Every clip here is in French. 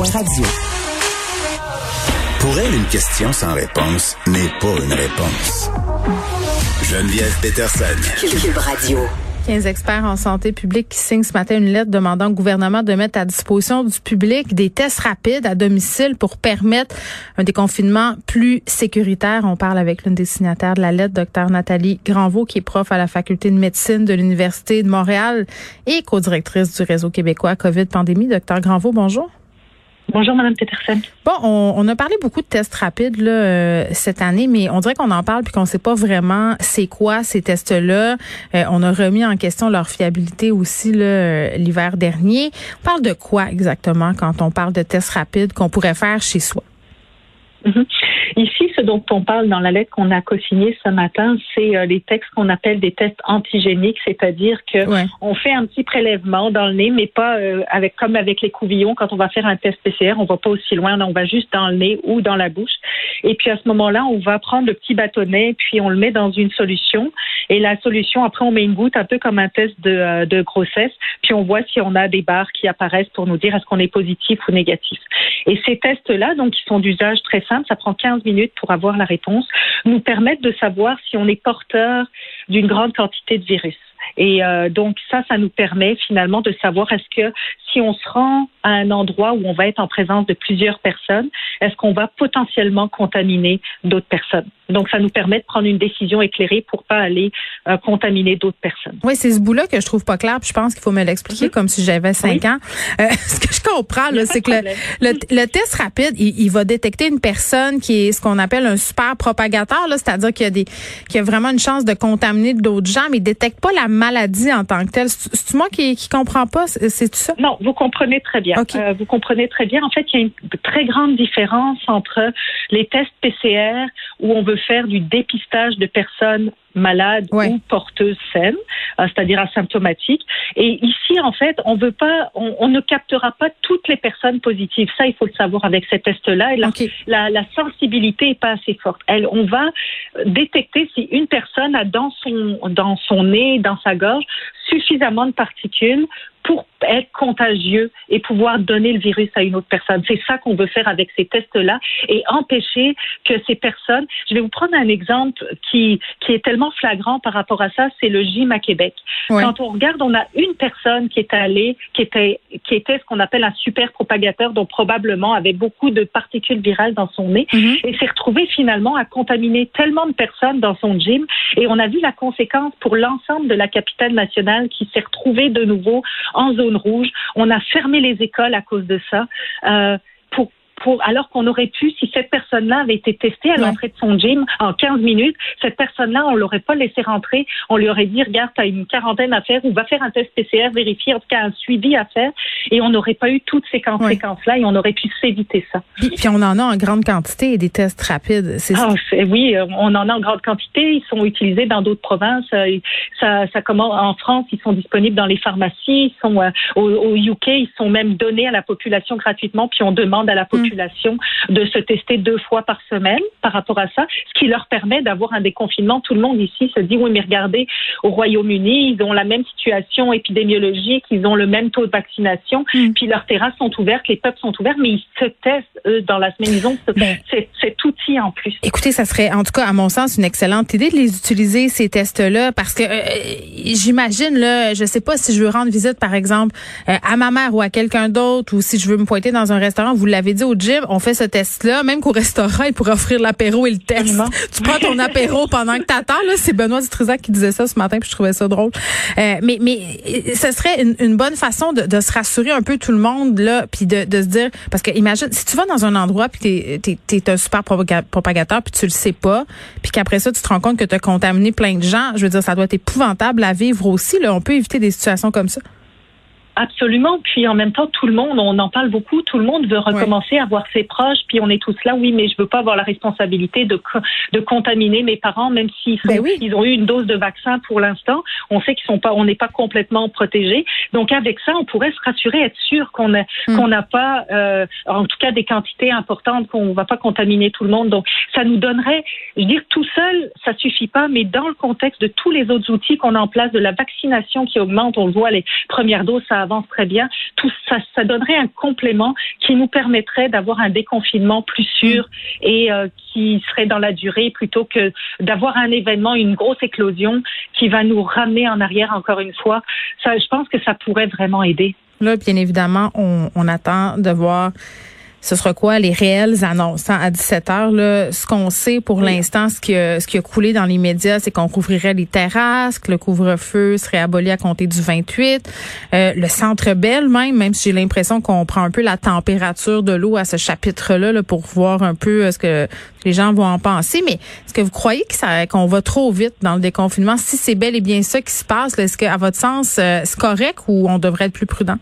Radio. Pour elle, une question sans réponse n'est pas une réponse. Geneviève Peterson. Cube Radio. 15 experts en santé publique qui signent ce matin une lettre demandant au gouvernement de mettre à disposition du public des tests rapides à domicile pour permettre un déconfinement plus sécuritaire. On parle avec l'une des signataires de la lettre, Dr Nathalie Granvaux, qui est prof à la faculté de médecine de l'Université de Montréal et co-directrice du réseau québécois COVID-Pandémie. Dr Granvaux, bonjour. Bonjour, Mme Peterson. Bon, on a parlé beaucoup de tests rapides là, cette année, mais on dirait qu'on en parle puis qu'on ne sait pas vraiment c'est quoi ces tests-là. On a remis en question leur fiabilité aussi là, l'hiver dernier. On parle de quoi exactement quand on parle de tests rapides qu'on pourrait faire chez soi? Mm-hmm. Ici, ce dont on parle dans la lettre qu'on a co-signée ce matin, c'est les textes qu'on appelle des tests antigéniques, c'est-à-dire que on fait un petit prélèvement dans le nez, mais pas comme avec les couvillons. Quand on va faire un test PCR, on va pas aussi loin, on va juste dans le nez ou dans la bouche. Et puis à ce moment-là, on va prendre le petit bâtonnet, puis on le met dans une solution. Et la solution, après, on met une goutte, un peu comme un test de grossesse, puis on voit si on a des barres qui apparaissent pour nous dire est-ce qu'on est positif ou négatif. Et ces tests-là, donc, qui sont d'usage très simple, ça prend 15 minutes pour avoir la réponse, nous permettent de savoir si on est porteur d'une grande quantité de virus. Et donc ça nous permet finalement de savoir est-ce que si on se rend à un endroit où on va être en présence de plusieurs personnes, est-ce qu'on va potentiellement contaminer d'autres personnes. Donc ça nous permet de prendre une décision éclairée pour pas aller contaminer d'autres personnes. Oui, c'est ce bout-là que je trouve pas clair, puis je pense qu'il faut me l'expliquer comme si j'avais 5 ans. Ce que je comprends là, c'est que le test rapide, il va détecter une personne qui est ce qu'on appelle un super propagateur là, c'est-à-dire qu'il y a vraiment une chance de contaminer d'autres gens, mais il détecte pas la maladie en tant que telle. C'est moi qui comprends pas, c'est tout ça? Non, vous comprenez très bien. Okay. Vous comprenez très bien. En fait, il y a une très grande différence entre les tests PCR où on veut faire du dépistage de personnes malades ou porteuses saines, c'est-à-dire asymptomatiques. Et ici, en fait, on ne captera pas toutes les personnes positives. Ça, il faut le savoir avec ces tests-là. Et la sensibilité est pas assez forte. On va détecter si une personne a dans son nez, dans sa gorge, suffisamment de particules pour être contagieux et pouvoir donner le virus à une autre personne. C'est ça qu'on veut faire avec ces tests-là et empêcher que ces personnes... Je vais vous prendre un exemple qui est tellement flagrant par rapport à ça, c'est le gym à Québec. Oui. Quand on regarde, on a une personne qui était ce qu'on appelle un super propagateur, donc probablement avait beaucoup de particules virales dans son nez et s'est retrouvé finalement à contaminer tellement de personnes dans son gym et on a vu la conséquence pour l'ensemble de la capitale nationale qui s'est retrouvée de nouveau en zone rouge. On a fermé les écoles à cause de ça. Alors qu'on aurait pu, si cette personne-là avait été testée à l'entrée de son gym en 15 minutes, cette personne-là, on l'aurait pas laissé rentrer. On lui aurait dit, regarde, tu as une quarantaine à faire ou va faire un test PCR, vérifier, en tout cas un suivi à faire. Et on n'aurait pas eu toutes ces conséquences-là et on aurait pu s'éviter ça. Puis on en a en grande quantité et des tests rapides. Oui, on en a en grande quantité. Ils sont utilisés dans d'autres provinces. Ça commence en France, ils sont disponibles dans les pharmacies. Ils sont au UK, ils sont même donnés à la population gratuitement. Puis on demande à la population de se tester 2 fois par semaine par rapport à ça, ce qui leur permet d'avoir un déconfinement. Tout le monde ici se dit, oui, mais regardez, au Royaume-Uni, ils ont la même situation épidémiologique, ils ont le même taux de vaccination, puis leurs terrasses sont ouvertes, les pubs sont ouverts, mais ils se testent, eux, dans la semaine. Ils ont cet outil en plus. Écoutez, ça serait, en tout cas, à mon sens, une excellente idée de les utiliser, ces tests-là, parce que j'imagine, là, je sais pas si je veux rendre visite, par exemple, à ma mère ou à quelqu'un d'autre, ou si je veux me pointer dans un restaurant, vous l'avez dit au gym, on fait ce test-là, même qu'au restaurant, ils pourraient offrir l'apéro et le test. Tu prends ton apéro pendant que t'attends, là. C'est Benoît Dutrisac qui disait ça ce matin, puis je trouvais ça drôle. Mais ce serait une bonne façon de se rassurer un peu tout le monde, là, puis de se dire, parce que imagine, si tu vas dans un endroit puis t'es un super propagateur puis tu le sais pas, puis qu'après ça, tu te rends compte que t'as contaminé plein de gens, je veux dire, ça doit être épouvantable à vivre aussi, là. On peut éviter des situations comme ça. Absolument. Puis en même temps, tout le monde, on en parle beaucoup, tout le monde veut recommencer à voir ses proches, puis on est tous là, oui, mais je veux pas avoir la responsabilité de contaminer mes parents, même s'ils ils ont eu une dose de vaccin pour l'instant. On sait on n'est pas complètement protégés. Donc avec ça, on pourrait se rassurer, être sûr qu'on n'a pas, en tout cas, des quantités importantes, qu'on va pas contaminer tout le monde. Donc ça nous donnerait, je veux dire, tout seul, ça suffit pas, mais dans le contexte de tous les autres outils qu'on a en place, de la vaccination qui augmente, on le voit, les premières doses, ça avance très bien. Tout ça, ça donnerait un complément qui nous permettrait d'avoir un déconfinement plus sûr et qui serait dans la durée plutôt que d'avoir un événement, une grosse éclosion qui va nous ramener en arrière encore une fois. Ça, je pense que ça pourrait vraiment aider. Là, bien évidemment, on attend de voir ce sera quoi les réelles annonces à 17h. Là, ce qu'on sait pour l'instant, ce qui a coulé dans les médias, c'est qu'on rouvrirait les terrasses, que le couvre-feu serait aboli à compter du 28. Le Centre Bell même si j'ai l'impression qu'on prend un peu la température de l'eau à ce chapitre-là là, pour voir un peu ce que les gens vont en penser. Mais est-ce que vous croyez qu'on va trop vite dans le déconfinement? Si c'est bel et bien ça qui se passe, là, est-ce que, à votre sens, c'est correct ou on devrait être plus prudent?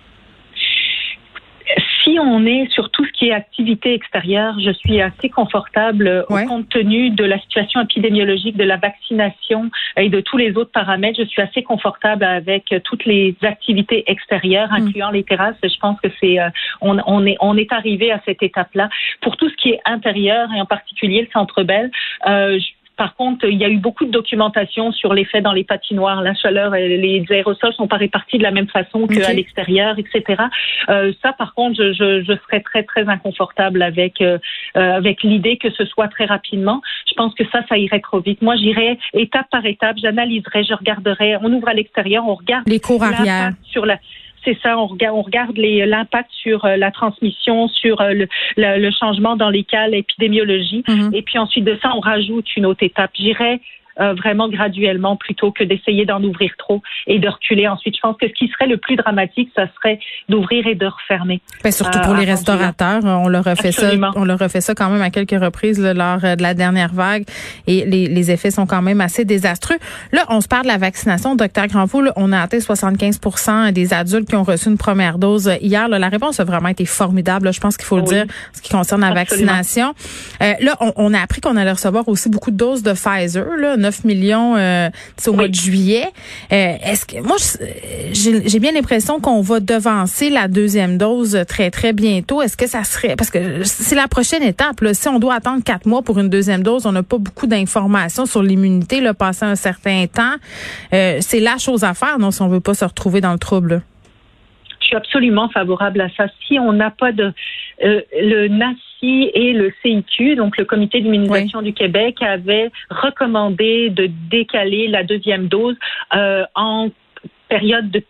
Si on est sur tout ce qui est activité extérieure, je suis assez confortable compte tenu de la situation épidémiologique, de la vaccination et de tous les autres paramètres. Je suis assez confortable avec toutes les activités extérieures, incluant les terrasses. Je pense que on est arrivé à cette étape-là. Pour tout ce qui est intérieur et en particulier le Centre Bell, par contre, il y a eu beaucoup de documentation sur l'effet dans les patinoires, la chaleur, et les aérosols sont pas répartis de la même façon qu'à l'extérieur, etc. Ça, par contre, je serais très, très inconfortable avec l'idée que ce soit très rapidement. Je pense que ça irait trop vite. Moi, j'irais étape par étape, j'analyserais, je regarderais. On ouvre à l'extérieur, on regarde les cours arrière sur la. C'est ça, on regarde l'impact sur la transmission, sur le changement dans les cas, l'épidémiologie. Et puis ensuite de ça, on rajoute une autre étape. J'irais vraiment graduellement plutôt que d'essayer d'en ouvrir trop et de reculer ensuite. Je pense que ce qui serait le plus dramatique, ça serait d'ouvrir et de refermer. Ben, surtout pour les restaurateurs, on leur a fait ça, quand même à quelques reprises là, lors de la dernière vague et les effets sont quand même assez désastreux. Là, on se parle de la vaccination. Docteur Granvaux, là, on a atteint 75% des adultes qui ont reçu une première dose hier. Là, la réponse a vraiment été formidable. Là, je pense qu'il faut le dire, ce qui concerne la vaccination. Là, on a appris qu'on allait recevoir aussi beaucoup de doses de Pfizer, là, 9 millions au mois de juillet. Est-ce que moi j'ai bien l'impression qu'on va devancer la deuxième dose très très bientôt. Est-ce que ça serait parce que c'est la prochaine étape là, si on doit attendre 4 mois pour une deuxième dose, on n'a pas beaucoup d'informations sur l'immunité là passé un certain temps. C'est la chose à faire non si on veut pas se retrouver dans le trouble. Là. Je suis absolument favorable à ça. Si on n'a pas de le NACI et le CIQ, donc le Comité d'immunisation du Québec, avait recommandé de décaler la deuxième dose en période de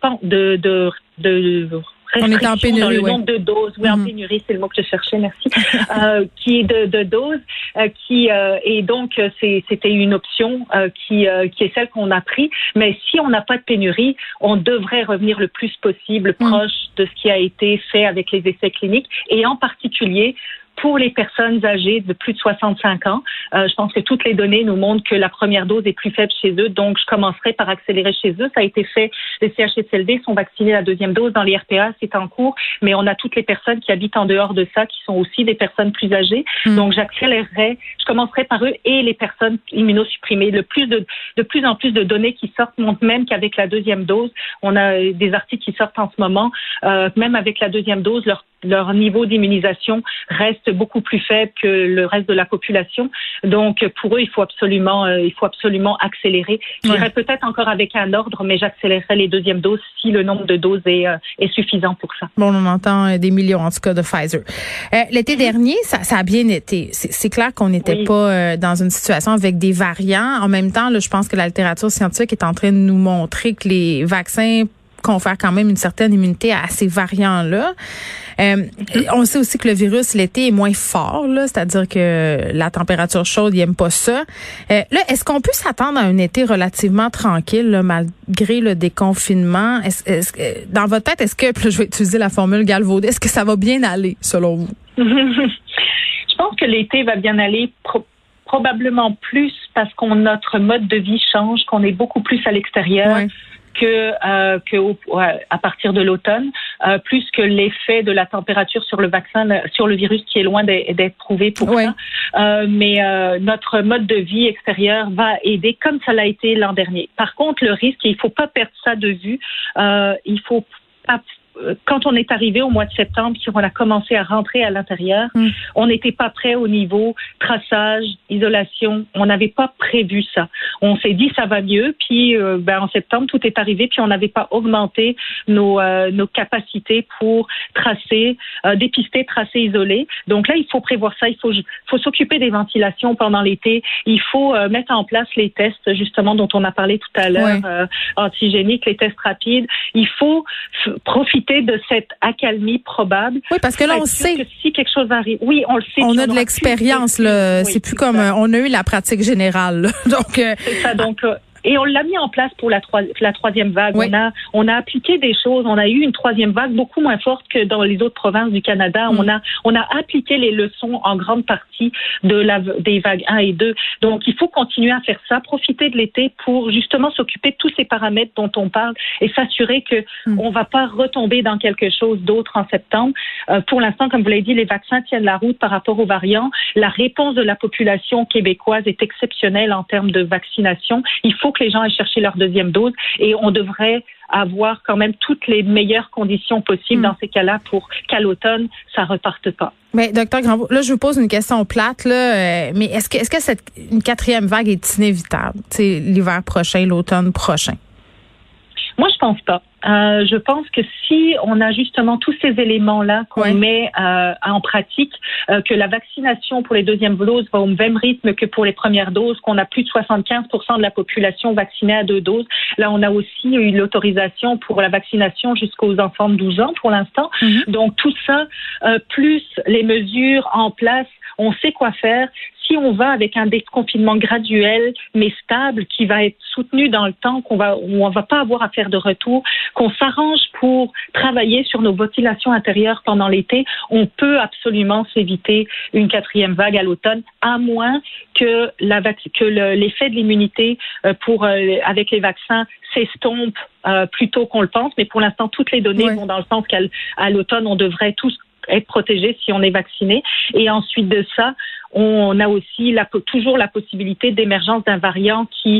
on est en pénurie, dans le nombre de doses. Oui, en pénurie, c'est le mot que je cherchais, merci. Qui est de doses, et donc c'était une option qui est celle qu'on a pris. Mais si on n'a pas de pénurie, on devrait revenir le plus possible proche de ce qui a été fait avec les essais cliniques, et en particulier pour les personnes âgées de plus de 65 ans. Je pense que toutes les données nous montrent que la première dose est plus faible chez eux, donc je commencerai par accélérer chez eux. Ça a été fait, les CHSLD sont vaccinés la deuxième dose, dans les RPA, c'est en cours, mais on a toutes les personnes qui habitent en dehors de ça, qui sont aussi des personnes plus âgées. Donc j'accélérerai, je commencerai par eux et les personnes immunosupprimées. De plus en plus de données qui sortent montrent même qu'avec la deuxième dose, on a des articles qui sortent en ce moment, même avec la deuxième dose, leur niveau d'immunisation reste beaucoup plus faible que le reste de la population. Donc, pour eux, il faut absolument accélérer. J'irais peut-être encore avec un ordre, mais j'accélérerai les deuxièmes doses si le nombre de doses est suffisant pour ça. Bon, on entend des millions, en tout cas, de Pfizer. L'été dernier, ça a bien été. C'est clair qu'on n'était pas dans une situation avec des variants. En même temps, là, je pense que la littérature scientifique est en train de nous montrer que les vaccins confèrent quand même une certaine immunité à ces variants-là. On sait aussi que le virus l'été est moins fort, là, c'est-à-dire que la température chaude, il aime pas ça. Là, est-ce qu'on peut s'attendre à un été relativement tranquille, là, malgré le déconfinement? Dans votre tête, est-ce que, je vais utiliser la formule galvaudée, est-ce que ça va bien aller, selon vous? Je pense que l'été va bien aller. Probablement plus parce que notre mode de vie change, qu'on est beaucoup plus à l'extérieur. À partir de l'automne, plus que l'effet de la température sur le vaccin, sur le virus qui est loin d'être prouvé pour ça. Mais notre mode de vie extérieur va aider comme ça l'a été l'an dernier. Par contre, le risque, et il faut pas perdre ça de vue, il faut pas quand on est arrivé au mois de septembre, puis on a commencé à rentrer à l'intérieur, on n'était pas prêt au niveau traçage, isolation. On n'avait pas prévu ça. On s'est dit ça va mieux, puis en septembre tout est arrivé, puis on n'avait pas augmenté nos capacités pour tracer, dépister, tracer, isoler. Donc là, il faut prévoir ça. Il faut s'occuper des ventilations pendant l'été. Il faut mettre en place les tests justement dont on a parlé tout à l'heure, antigéniques, les tests rapides. Il faut profiter de cette accalmie probable. Oui, parce que là, on sait que si quelque chose arrive. Oui, on le sait. On a de l'expérience, là. C'est plus comme on a eu la pratique générale, là. Donc, c'est ça. Donc, et on l'a mis en place pour la troisième vague. Oui. On a appliqué des choses. On a eu une troisième vague beaucoup moins forte que dans les autres provinces du Canada. On a appliqué les leçons en grande partie des vagues 1 et 2. Donc, il faut continuer à faire ça, profiter de l'été pour justement s'occuper de tous ces paramètres dont on parle et s'assurer que on va pas retomber dans quelque chose d'autre en septembre. Pour l'instant, comme vous l'avez dit, les vaccins tiennent la route par rapport aux variants. La réponse de la population québécoise est exceptionnelle en termes de vaccination. Il faut que les gens aient cherché leur deuxième dose et on devrait avoir quand même toutes les meilleures conditions possibles dans ces cas-là pour qu'à l'automne, ça reparte pas. Mais Dr Granvaux, là, je vous pose une question plate, là, mais est-ce que une quatrième vague est inévitable, l'hiver prochain, l'automne prochain? Moi, je pense pas. Je pense que si on a justement tous ces éléments-là qu'on met en pratique, que la vaccination pour les deuxièmes doses va au même rythme que pour les premières doses, qu'on a plus de 75% de la population vaccinée à 2 doses. Là, on a aussi eu l'autorisation pour la vaccination jusqu'aux enfants de 12 ans pour l'instant. Donc, tout ça, plus les mesures en place, on sait quoi faire. Si on va avec un déconfinement graduel mais stable qui va être soutenu dans le temps, où on va pas avoir à faire de retour, qu'on s'arrange pour travailler sur nos ventilations intérieures pendant l'été, on peut absolument s'éviter une quatrième vague à l'automne, à moins que l'effet de l'immunité avec les vaccins s'estompe plus tôt qu'on le pense. Mais pour l'instant, toutes les données vont dans le sens qu'à l'automne, on devrait tous être protégé si on est vacciné. Et ensuite de ça, on a aussi toujours la possibilité d'émergence d'un variant qui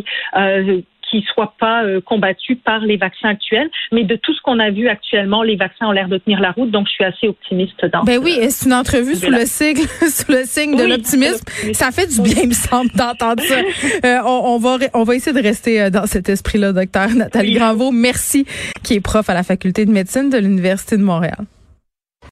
soit pas combattu par les vaccins actuels. Mais de tout ce qu'on a vu actuellement, les vaccins ont l'air de tenir la route, donc je suis assez optimiste dans oui, c'est une entrevue sous le signe de l'optimisme. Ça fait du bien, il me semble, d'entendre ça. On va essayer de rester dans cet esprit-là, docteur Nathalie Granvaux. Merci, qui est prof à la Faculté de médecine de l'Université de Montréal.